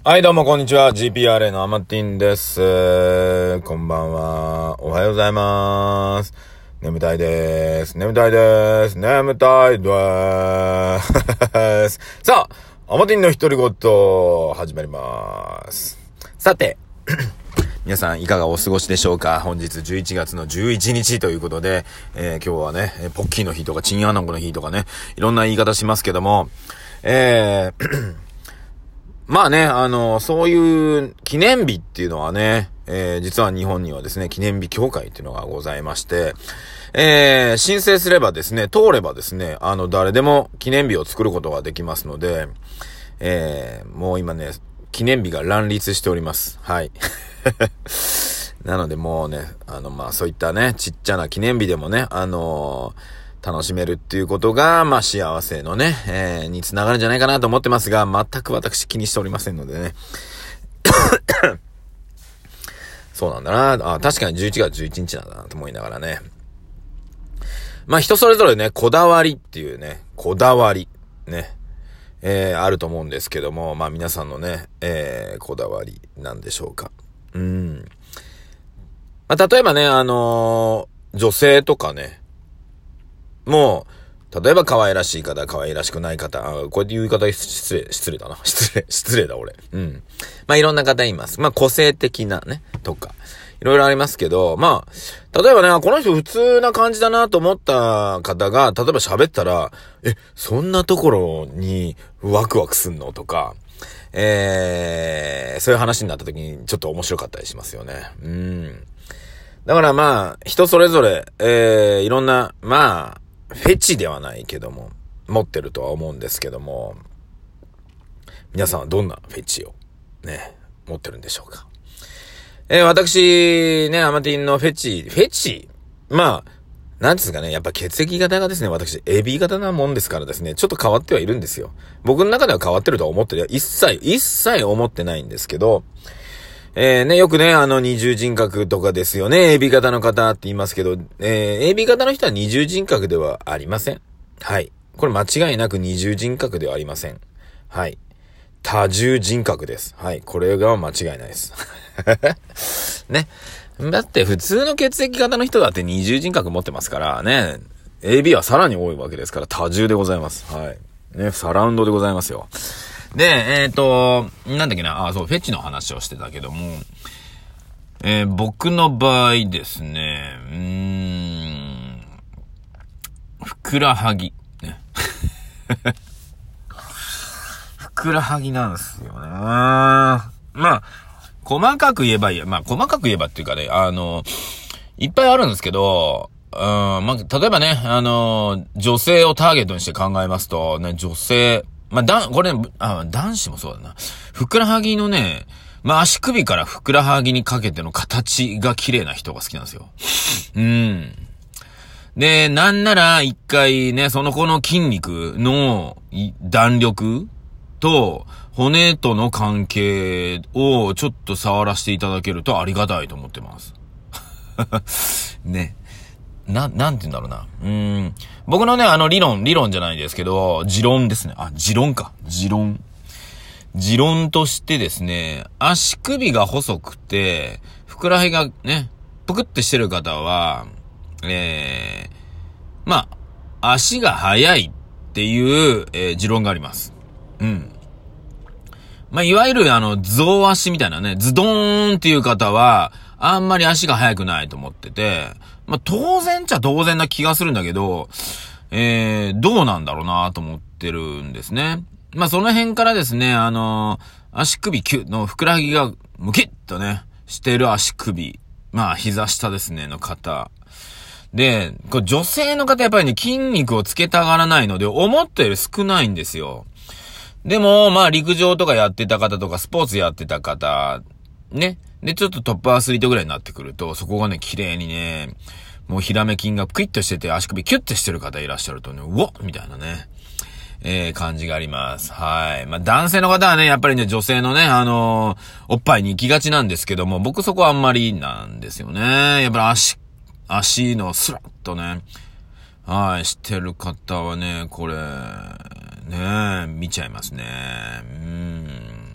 はい、どうもこんにちは。GPRA のアマティンです。こんばんは。おはようございます。眠たいです。眠たいです。眠たいです。さあ、アマティンの独り言、始まります。さて、皆さんいかがお過ごしでしょうか。本日11月の11日ということで、今日はね、ポッキーの日とかチンアナゴの日とかね、いろんな言い方しますけども、まあね、そういう記念日っていうのはね、実は日本にはですね、記念日協会っていうのがございまして、申請すればですね、通ればですね、誰でも記念日を作ることができますので、もう今ね、記念日が乱立しております。はい。なのでもうね、まあそういったね、ちっちゃな記念日でもね、楽しめるっていうことが、まあ幸せのね、につながるんじゃないかなと思ってますが、全く私気にしておりませんのでね。そうなんだな。確かに11月11日なんだなと思いながらね。まあ人それぞれね、こだわりっていうね、こだわり、ね、あると思うんですけども、まあ皆さんのね、こだわりなんでしょうか。まあ例えばね、女性とかね、もう、例えば可愛らしい方、可愛らしくない方、こうやって言い方失礼だな。失礼だ俺。まあいろんな方います。まあ個性的なね、とか、いろいろありますけど、まあ、例えばね、この人普通な感じだなと思った方が、例えば喋ったら、そんなところにワクワクすんのとか、そういう話になった時にちょっと面白かったりしますよね。だからまあ、人それぞれ、いろんな、まあ、フェチではないけども、持ってるとは思うんですけども、皆さんはどんなフェチをね、持ってるんでしょうか。私ね、アマティンのフェチまあ、なんですかね、やっぱ血液型がですね、私、AB 型なもんですからですね、ちょっと変わってはいるんですよ。僕の中では変わってるとは思ってるよ。一切思ってないんですけど、ね、よくね、二重人格とかですよね。AB 型の方って言いますけど、AB 型の人は二重人格ではありません。はい。これ間違いなく二重人格ではありません。はい。多重人格です。はい。これが間違いないです。ね。だって普通の血液型の人だって二重人格持ってますからね。AB はさらに多いわけですから多重でございます。はい。ね、サラウンドでございますよ。で、なんだっけな、そう、フェチの話をしてたけども、僕の場合ですね、ふくらはぎ、ね。ふくらはぎなんですよね。まあ、細かく言えばっていうかね、いっぱいあるんですけど、まあ、例えばね、女性をターゲットにして考えますと、ね、女性、まあ、これ、男子もそうだな。ふくらはぎのね、まあ、足首からふくらはぎにかけての形が綺麗な人が好きなんですよ。で、なんなら一回ね、その子の筋肉の弾力と骨との関係をちょっと触らせていただけるとありがたいと思ってます。ね。なんて言うんだろうな。僕のね、理論じゃないですけど、持論ですね。持論としてですね、足首が細くて、ふくらはぎがね、ぷくってしてる方は、まあ、足が速いっていう、持論があります。まあ、いわゆる象足みたいなね、ズドーンっていう方は、あんまり足が速くないと思ってて、まあ、当然っちゃ当然な気がするんだけど、どうなんだろうなと思ってるんですね。まあ、その辺からですね、足首のふくらはぎがムキッとね、してる足首。まあ、膝下ですね、の方。で、これ女性の方やっぱりね、筋肉をつけたがらないので、思ったより少ないんですよ。でも、まあ、陸上とかやってた方とか、スポーツやってた方、ね。で、ちょっとトップアスリートぐらいになってくると、そこがね、綺麗にね、もうひらめ筋がクイッとしてて、足首キュッとしてる方いらっしゃるとね、うわっみたいなね、感じがあります。はい。まあ、男性の方はね、やっぱりね、女性のね、おっぱいに行きがちなんですけども、僕そこはあんまりなんですよね。やっぱり足のスラッとね、はい、してる方はね、これ、ね、見ちゃいますね。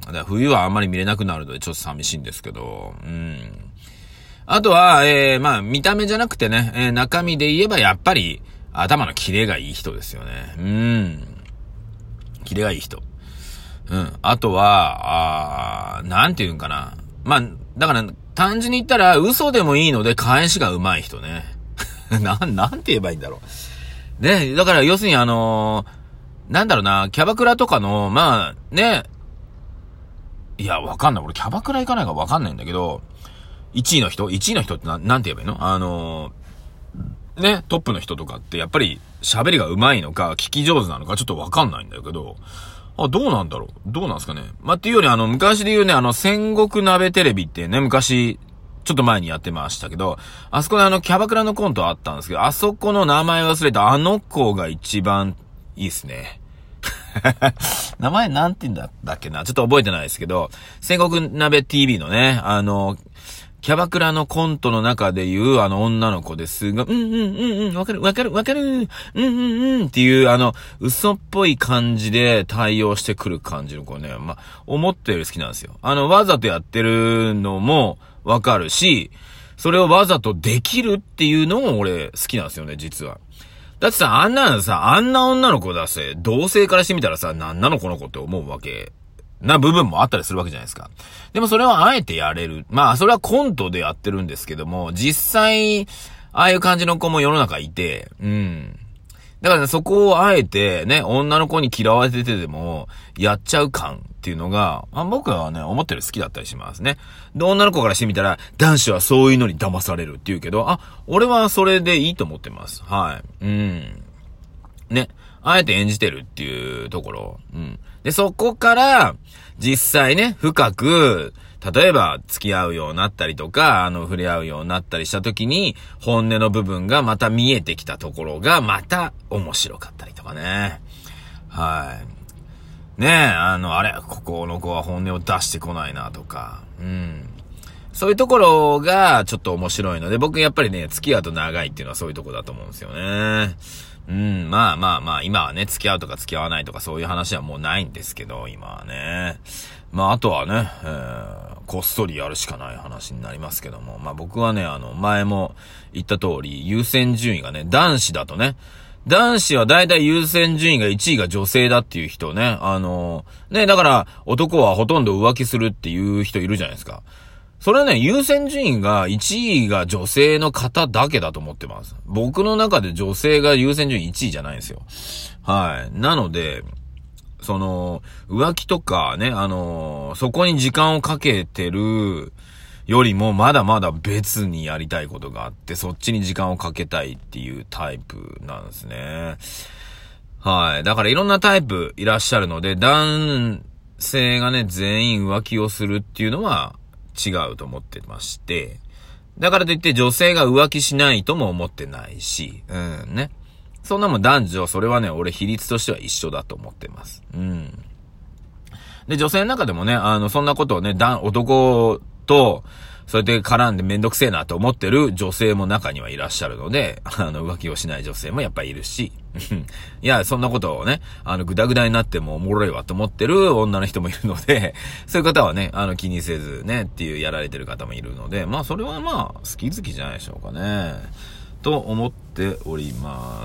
だから冬はあんまり見れなくなるのでちょっと寂しいんですけど、あとは、まあ、見た目じゃなくてね、中身で言えばやっぱり、頭のキレがいい人ですよね。キレがいい人。あとは、なんていうんかな。まあ、だから、単純に言ったら、嘘でもいいので、返しが上手い人ね。なんて言えばいいんだろう。ね、だから要するになんだろうな、キャバクラとかの、まあ、ね、いや、わかんない。俺キャバクラ行かないからわかんないんだけど、1位の人ってなんて言えばいいの？ね、トップの人とかってやっぱり喋りが上手いのか、聞き上手なのかちょっとわかんないんだけど、どうなんだろう？どうなんすかね？まあ、っていうより昔で言うね、戦国鍋テレビってね、昔、ちょっと前にやってましたけど、あそこでキャバクラのコントあったんですけど、あそこの名前忘れた子が一番いいっすね。名前なんて言うんだっけな、ちょっと覚えてないですけど、戦国鍋 TV のね、キャバクラのコントの中でいう女の子ですが、わかる、っていう嘘っぽい感じで対応してくる感じの子ね、まあ、思ったより好きなんですよ。わざとやってるのもわかるし、それをわざとできるっていうのも俺好きなんですよね、実は。だってさ、あんな女の子だせ、同性からしてみたらさ、なんなのこの子って思うわけな部分もあったりするわけじゃないですか。でもそれはあえてやれる。まあ、それはコントでやってるんですけども、実際、ああいう感じの子も世の中いて、だからね、そこをあえてね、女の子に嫌われててでも、やっちゃう感っていうのが、僕はね、思ったより好きだったりしますね。で、女の子からしてみたら、男子はそういうのに騙されるって言うけど、俺はそれでいいと思ってます。はい。ね。あえて演じてるっていうところ。で、そこから、実際ね、深く、例えば、付き合うようになったりとか、触れ合うようになったりした時に、本音の部分がまた見えてきたところが、また面白かったりとかね。はい。ねえ、あれ、ここの子は本音を出してこないなとか、そういうところがちょっと面白いので、僕やっぱりね、付き合うと長いっていうのはそういうところだと思うんですよね。まあ、今はね、付き合うとか付き合わないとかそういう話はもうないんですけど、今はね。まあ、あとはね、こっそりやるしかない話になりますけども、まあ僕はね、前も言った通り、優先順位がね、男子だとね、男子はだいたい優先順位が1位が女性だっていう人ね、だから男はほとんど浮気するっていう人いるじゃないですか。それはね、優先順位が1位が女性の方だけだと思ってます。僕の中で女性が優先順位1位じゃないんですよ。はい。なので、浮気とかね、そこに時間をかけてるよりもまだまだ別にやりたいことがあって、そっちに時間をかけたいっていうタイプなんですね。はい。だからいろんなタイプいらっしゃるので、男性がね、全員浮気をするっていうのは違うと思ってまして、だからといって女性が浮気しないとも思ってないし、ね。そんなもん男女、それはね、俺比率としては一緒だと思ってます。で、女性の中でもね、そんなことをね、男と、そうやって絡んでめんどくせえなと思ってる女性も中にはいらっしゃるので、浮気をしない女性もやっぱりいるし、いや、そんなことをね、ぐだぐだになってもおもろいわと思ってる女の人もいるので、そういう方はね、気にせずね、っていうやられてる方もいるので、まあ、それはまあ、好き好きじゃないでしょうかね。と思っております。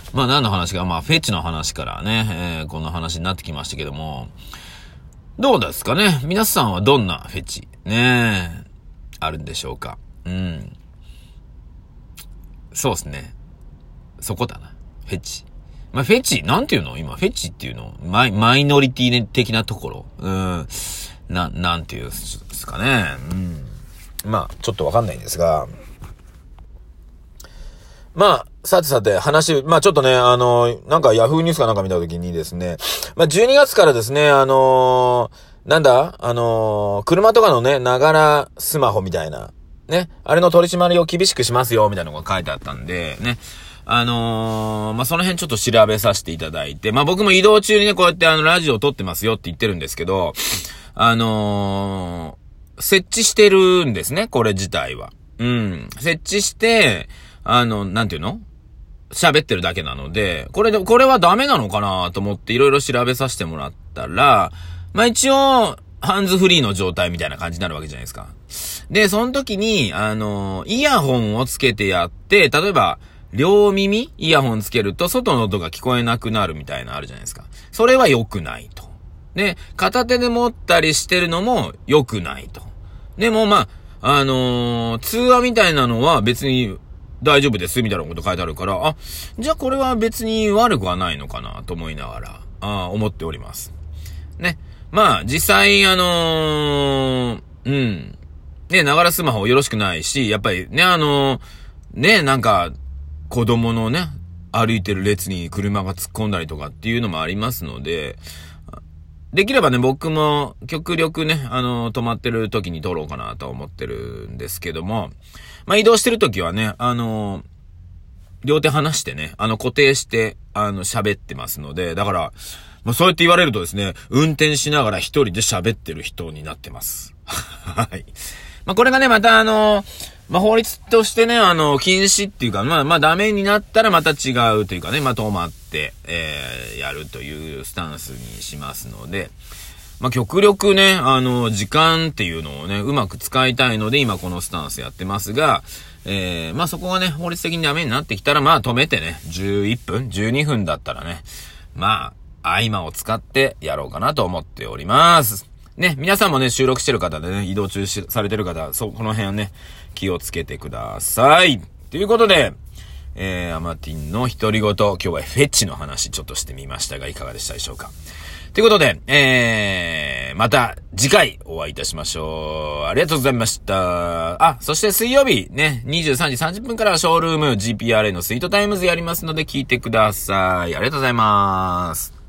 まあ何の話か、まあフェチの話からね、この話になってきましたけども、どうですかね？皆さんはどんなフェチねあるんでしょうか？そうですね。そこだな。フェチ。まあフェチ、なんていうの？今フェチっていうの？マイノリティ的なところ。なんていうんですかね。まあちょっとわかんないんですが、まあ、さて、話、まあちょっとね、なんかヤフーニュースかなんか見たときにですね、まあ12月からですね、なんだ車とかのね、ながらスマホみたいな、ね、あれの取り締まりを厳しくしますよ、みたいなのが書いてあったんで、ね、まあその辺ちょっと調べさせていただいて、まあ僕も移動中にね、こうやってラジオを撮ってますよって言ってるんですけど、設置してるんですね、これ自体は。設置して、なんていうの？喋ってるだけなので、これはダメなのかなと思っていろいろ調べさせてもらったら、まあ一応、 ハンズフリーの状態みたいな感じになるわけじゃないですか。で、その時に、イヤホンをつけてやって、例えば、両耳イヤホンつけると外の音が聞こえなくなるみたいなのあるじゃないですか。それは良くないと。で、片手で持ったりしてるのも良くないと。でも通話みたいなのは別に大丈夫ですみたいなこと書いてあるから、じゃあこれは別に悪くはないのかなと思いながら、思っております。ね。実際ね、ながらスマホよろしくないし、やっぱりね、なんか、子供のね、歩いてる列に車が突っ込んだりとかっていうのもありますので、できればね、僕も極力ね、止まってる時に撮ろうかなと思ってるんですけども、移動してる時はね、両手離してね、固定して、喋ってますので、だから、そうやって言われるとですね、運転しながら一人で喋ってる人になってます。はい。これがね、また法律としてね、禁止っていうか、ダメになったらまた違うというかね、止まって、やるというスタンスにしますので、極力ね、時間っていうのをね、うまく使いたいので、今このスタンスやってますが、そこがね、法律的にダメになってきたら、止めてね、11分 ?12 分だったらね、合間を使ってやろうかなと思っております。ね、皆さんもね、収録してる方でね、移動中されてる方、この辺はね、気をつけてください。ということで、アマティンの独り言、今日はフェチの話ちょっとしてみましたが、いかがでしたでしょうか。ということで、また次回お会いいたしましょう。ありがとうございました。そして水曜日ね、23時30分からはショールーム GPRA のスイートタイムズやりますので聞いてください。ありがとうございます。